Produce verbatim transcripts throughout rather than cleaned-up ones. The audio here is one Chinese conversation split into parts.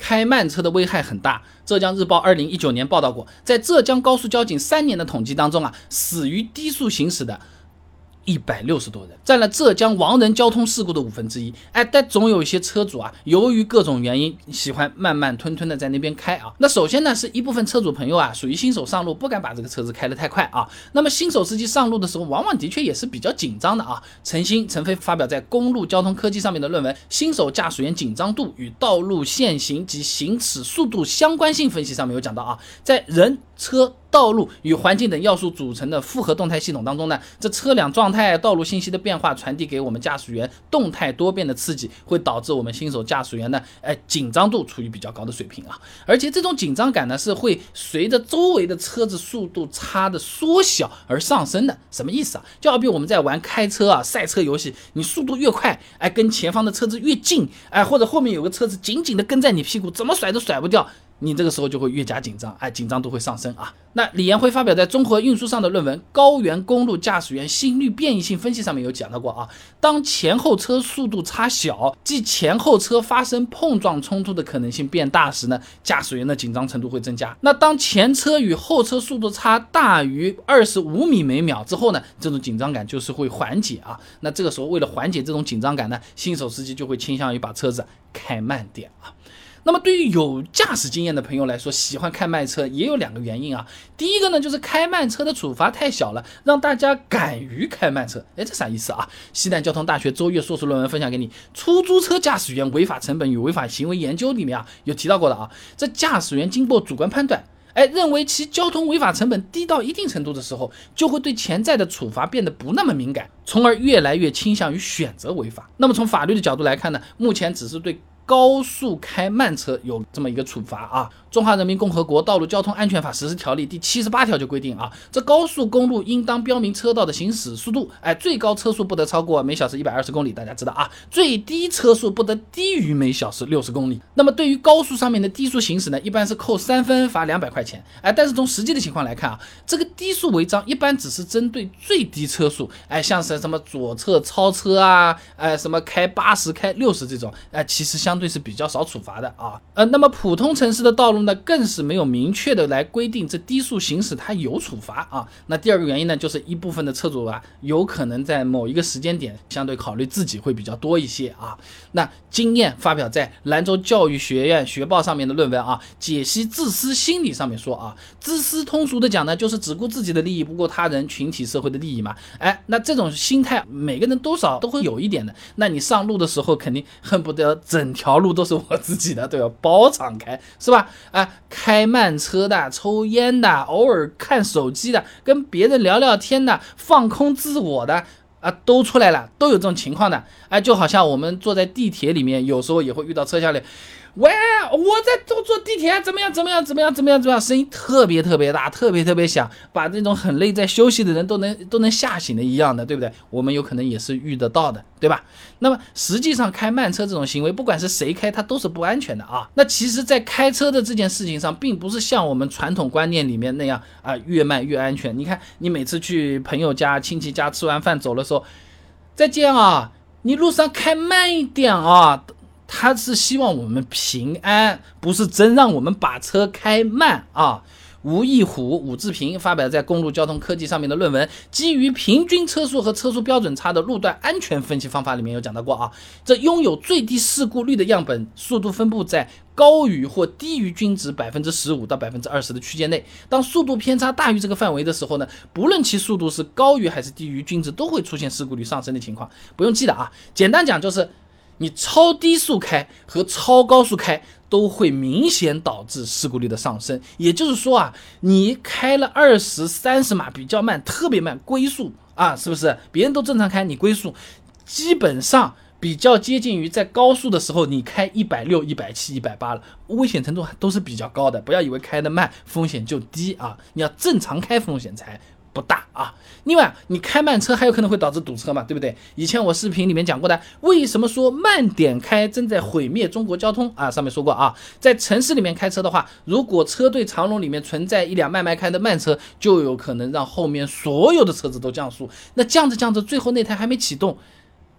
开慢车的危害很大。浙江日报二零一九年报道过，在浙江高速交警三年的统计当中啊，死于低速行驶的一百六十多人，占了浙江亡人交通事故的五分之一。哎，但总有一些车主啊，由于各种原因，喜欢慢慢吞吞的在那边开啊。那首先呢，是一部分车主朋友啊，属于新手上路，不敢把这个车子开得太快啊。那么新手司机上路的时候，往往的确也是比较紧张的啊。陈鑫、陈飞发表在《公路交通科技》上面的论文《新手驾驶员紧张度与道路限行及行驶速度相关性分析》上面有讲到啊，在人、车、道路与环境等要素组成的复合动态系统当中呢，这车辆状态、道路信息的变化传递给我们驾驶员动态多变的刺激，会导致我们新手驾驶员呢，哎，紧张度处于比较高的水平啊。而且这种紧张感呢，是会随着周围的车子速度差的缩小而上升的。什么意思啊？就好比我们在玩开车啊、赛车游戏，你速度越快，哎，跟前方的车子越近，哎，或者后面有个车子紧紧的跟在你屁股，怎么甩都甩不掉。你这个时候就会越加紧张，哎，紧张度会上升啊。那李延辉发表在综合运输上的论文《高原公路驾驶员心率变异性分析》上面有讲到过啊，当前后车速度差小，即前后车发生碰撞冲突的可能性变大时呢，驾驶员的紧张程度会增加。那当前车与后车速度差大于二十五米每秒之后呢，这种紧张感就是会缓解啊。那这个时候为了缓解这种紧张感呢，新手司机就会倾向于把车子开慢点啊。那么对于有驾驶经验的朋友来说，喜欢开慢车也有两个原因啊。第一个呢，就是开慢车的处罚太小了，让大家敢于开慢车。哎，这啥意思啊？西南交通大学周越硕士论文分享给你，《出租车驾驶员违法成本与违法行为研究》里面啊有提到过的啊。这驾驶员经过主观判断，哎，认为其交通违法成本低到一定程度的时候，就会对潜在的处罚变得不那么敏感，从而越来越倾向于选择违法。那么从法律的角度来看呢，目前只是对高速开慢车有这么一个处罚啊。中华人民共和国道路交通安全法实施条例第七十八条就规定啊，这高速公路应当标明车道的行驶速度，哎，最高车速不得超过每小时一百二十公里，大家知道啊，最低车速不得低于每小时六十公里。那么对于高速上面的低速行驶呢，一般是扣三分罚两百块钱，哎，但是从实际的情况来看啊，这个低速违章一般只是针对最低车速，哎，像是什么左侧超车啊，哎，什么开八十、开六十这种，哎，其实相对是比较少处罚的啊。呃，那么普通城市的道路那更是没有明确的来规定这低速行驶它有处罚啊。那第二个原因呢，就是一部分的车主啊，有可能在某一个时间点相对考虑自己会比较多一些啊。那经验发表在兰州教育学院学报上面的论文啊，解析自私心理上面说啊，自私通俗的讲呢，就是只顾自己的利益，不顾他人、群体、社会的利益嘛。哎，那这种心态每个人多少都会有一点的。那你上路的时候肯定恨不得整条路都是我自己的，对吧？包场开是吧？啊，开慢车的、抽烟的、偶尔看手机的、跟别人聊聊天的、放空自我的啊，都出来了，都有这种情况的。哎，就好像我们坐在地铁里面，有时候也会遇到车厢里，喂，我在坐坐地铁，怎么样怎么样怎么样怎么样怎么样，声音特别特别大，特别特别响，把那种很累在休息的人都能都能吓醒的一样的，对不对？我们有可能也是遇得到的，对吧？那么实际上开慢车这种行为，不管是谁开，它都是不安全的啊。那其实在开车的这件事情上，并不是像我们传统观念里面那样啊，越慢越安全。你看你每次去朋友家、亲戚家吃完饭走的时候，再见啊，你路上开慢一点啊，他是希望我们平安，不是真让我们把车开慢啊。吴义虎、武志平发表在《公路交通科技》上面的论文《基于平均车速和车速标准差的路段安全分析方法》里面有讲到过啊，这拥有最低事故率的样本，速度分布在高于或低于均值 百分之十五 到 百分之二十 的区间内。当速度偏差大于这个范围的时候呢，不论其速度是高于还是低于均值，都会出现事故率上升的情况。不用记得啊，简单讲就是你超低速开和超高速开都会明显导致事故率的上升。也就是说啊，你开了二十、三十码比较慢，特别慢，龟速啊，是不是？别人都正常开，你龟速，基本上比较接近于在高速的时候，你开一百六、一百七、一百八了，危险程度都是比较高的。不要以为开得慢风险就低啊，你要正常开风险才不大啊。另外你开慢车还有可能会导致堵车嘛，对不对？以前我视频里面讲过的，为什么说慢点开正在毁灭中国交通啊？上面说过啊，在城市里面开车的话，如果车队长龙里面存在一辆慢慢开的慢车，就有可能让后面所有的车子都降速。那降着降着，最后那台还没启动，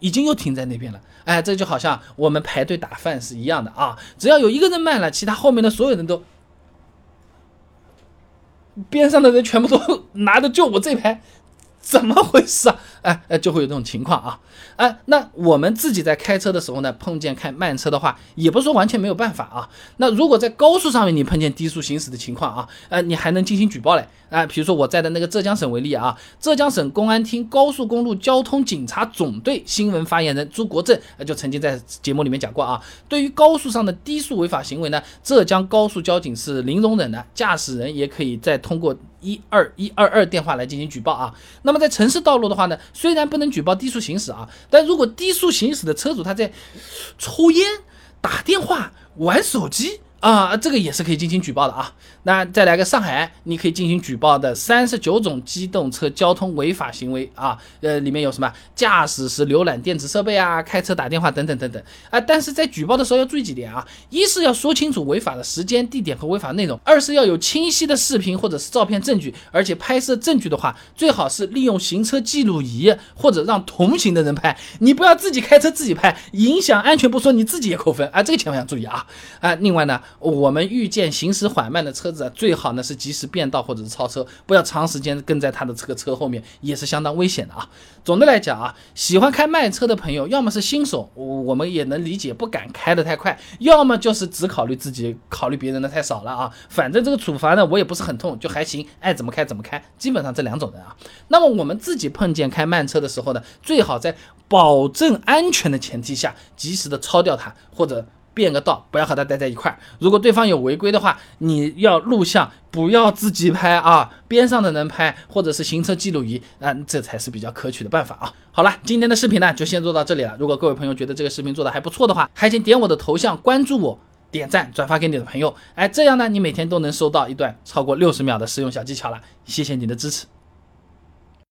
已经又停在那边了。哎，这就好像我们排队打饭是一样的啊，只要有一个人慢了，其他后面的所有人都，边上的人全部都拿着就我这排，怎么回事啊？哎哎，就会有这种情况啊。哎，那我们自己在开车的时候呢，碰见开慢车的话，也不是说完全没有办法啊。那如果在高速上面你碰见低速行驶的情况啊，呃，你还能进行举报嘞。啊、呃，比如说我在的那个浙江省为例啊，浙江省公安厅高速公路交通警察总队新闻发言人朱国正、呃、就曾经在节目里面讲过啊，对于高速上的低速违法行为呢，浙江高速交警是零容忍的，驾驶人也可以再通过一二一二二电话来进行举报啊。那么在城市道路的话呢，虽然不能举报低速行驶啊，但如果低速行驶的车主他在抽烟、打电话、玩手机啊，这个也是可以进行举报的啊。那再来个上海，你可以进行举报的三十九种机动车交通违法行为啊，呃，里面有什么驾驶时浏览电子设备啊，开车打电话等等等等啊。但是在举报的时候要注意几点啊：一是要说清楚违法的时间、地点和违法内容；二是要有清晰的视频或者是照片证据，而且拍摄证据的话，最好是利用行车记录仪或者让同行的人拍，你不要自己开车自己拍，影响安全不说，你自己也扣分啊，这个千万要注意啊啊！另外呢，我们遇见行驶缓慢的车子啊，最好呢是及时变道或者是超车，不要长时间跟在他的这个车后面，也是相当危险的啊。总的来讲啊，喜欢开慢车的朋友，要么是新手，我们也能理解不敢开得太快，要么就是只考虑自己，考虑别人的太少了啊。反正这个处罚呢，我也不是很痛，就还行，爱怎么开怎么开，基本上这两种人啊。那么我们自己碰见开慢车的时候呢，最好在保证安全的前提下，及时的超掉他，或者变个道，不要和他待在一块儿。如果对方有违规的话，你要录像，不要自己拍啊，边上的人拍，或者是行车记录仪啊，这才是比较可取的办法啊。好了，今天的视频呢就先做到这里了。如果各位朋友觉得这个视频做的还不错的话，还请点我的头像关注我，点赞转发给你的朋友，哎，这样呢你每天都能收到一段超过六十秒的实用小技巧了。谢谢你的支持。